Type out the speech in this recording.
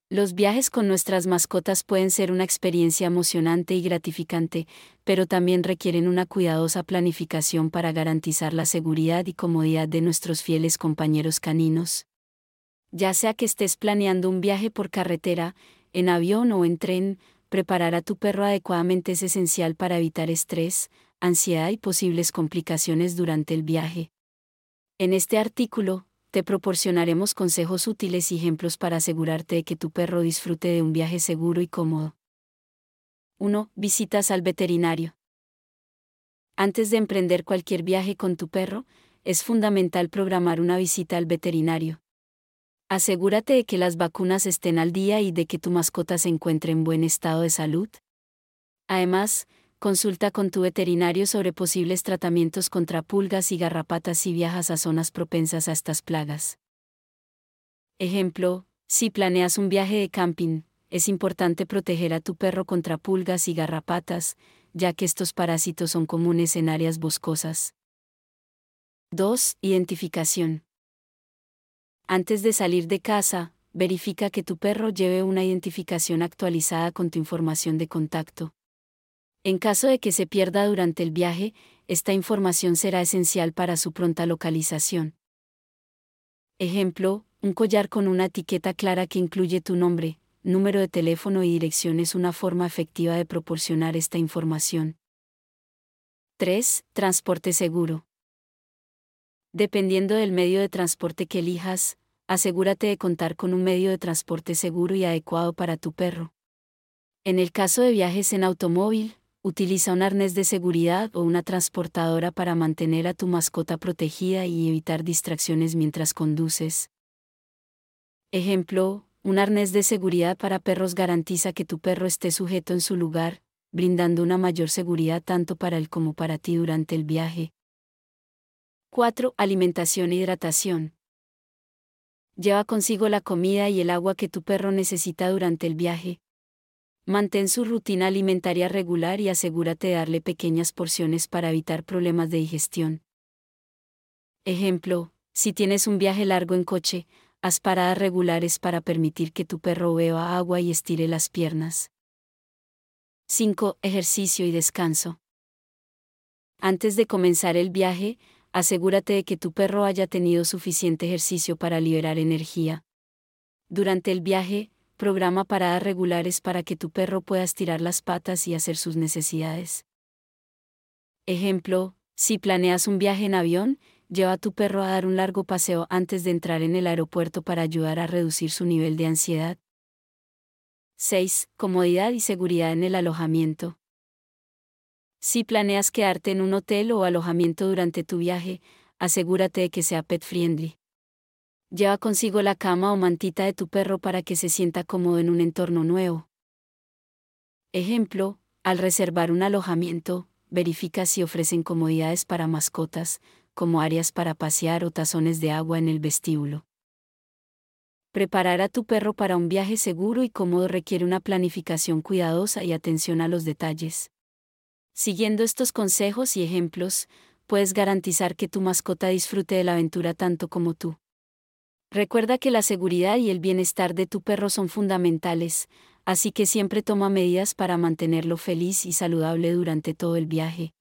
Los viajes con nuestras mascotas pueden ser una experiencia emocionante y gratificante, pero también requieren una cuidadosa planificación para garantizar la seguridad y comodidad de nuestros fieles compañeros caninos. Ya sea que estés planeando un viaje por carretera, en avión o en tren, preparar a tu perro adecuadamente es esencial para evitar estrés, ansiedad y posibles complicaciones durante el viaje. En este artículo, te proporcionaremos consejos útiles y ejemplos para asegurarte de que tu perro disfrute de un viaje seguro y cómodo. 1. Visitas al veterinario. Antes de emprender cualquier viaje con tu perro, es fundamental programar una visita al veterinario. Asegúrate de que las vacunas estén al día y de que tu mascota se encuentre en buen estado de salud. Además, consulta con tu veterinario sobre posibles tratamientos contra pulgas y garrapatas si viajas a zonas propensas a estas plagas. Ejemplo, si planeas un viaje de camping, es importante proteger a tu perro contra pulgas y garrapatas, ya que estos parásitos son comunes en áreas boscosas. 2. Identificación. Antes de salir de casa, verifica que tu perro lleve una identificación actualizada con tu información de contacto. En caso de que se pierda durante el viaje, esta información será esencial para su pronta localización. Ejemplo, un collar con una etiqueta clara que incluye tu nombre, número de teléfono y dirección es una forma efectiva de proporcionar esta información. 3. Transporte seguro. Dependiendo del medio de transporte que elijas, asegúrate de contar con un medio de transporte seguro y adecuado para tu perro. En el caso de viajes en automóvil, utiliza un arnés de seguridad o una transportadora para mantener a tu mascota protegida y evitar distracciones mientras conduces. Ejemplo, un arnés de seguridad para perros garantiza que tu perro esté sujeto en su lugar, brindando una mayor seguridad tanto para él como para ti durante el viaje. 4. Alimentación e hidratación. Lleva consigo la comida y el agua que tu perro necesita durante el viaje. Mantén su rutina alimentaria regular y asegúrate de darle pequeñas porciones para evitar problemas de digestión. Ejemplo, si tienes un viaje largo en coche, haz paradas regulares para permitir que tu perro beba agua y estire las piernas. 5. Ejercicio y descanso. Antes de comenzar el viaje, asegúrate de que tu perro haya tenido suficiente ejercicio para liberar energía. Durante el viaje, programa paradas regulares para que tu perro pueda estirar las patas y hacer sus necesidades. Ejemplo, si planeas un viaje en avión, lleva a tu perro a dar un largo paseo antes de entrar en el aeropuerto para ayudar a reducir su nivel de ansiedad. 6. Comodidad y seguridad en el alojamiento. Si planeas quedarte en un hotel o alojamiento durante tu viaje, asegúrate de que sea pet friendly. Lleva consigo la cama o mantita de tu perro para que se sienta cómodo en un entorno nuevo. Ejemplo, al reservar un alojamiento, verifica si ofrecen comodidades para mascotas, como áreas para pasear o tazones de agua en el vestíbulo. Preparar a tu perro para un viaje seguro y cómodo requiere una planificación cuidadosa y atención a los detalles. Siguiendo estos consejos y ejemplos, puedes garantizar que tu mascota disfrute de la aventura tanto como tú. Recuerda que la seguridad y el bienestar de tu perro son fundamentales, así que siempre toma medidas para mantenerlo feliz y saludable durante todo el viaje.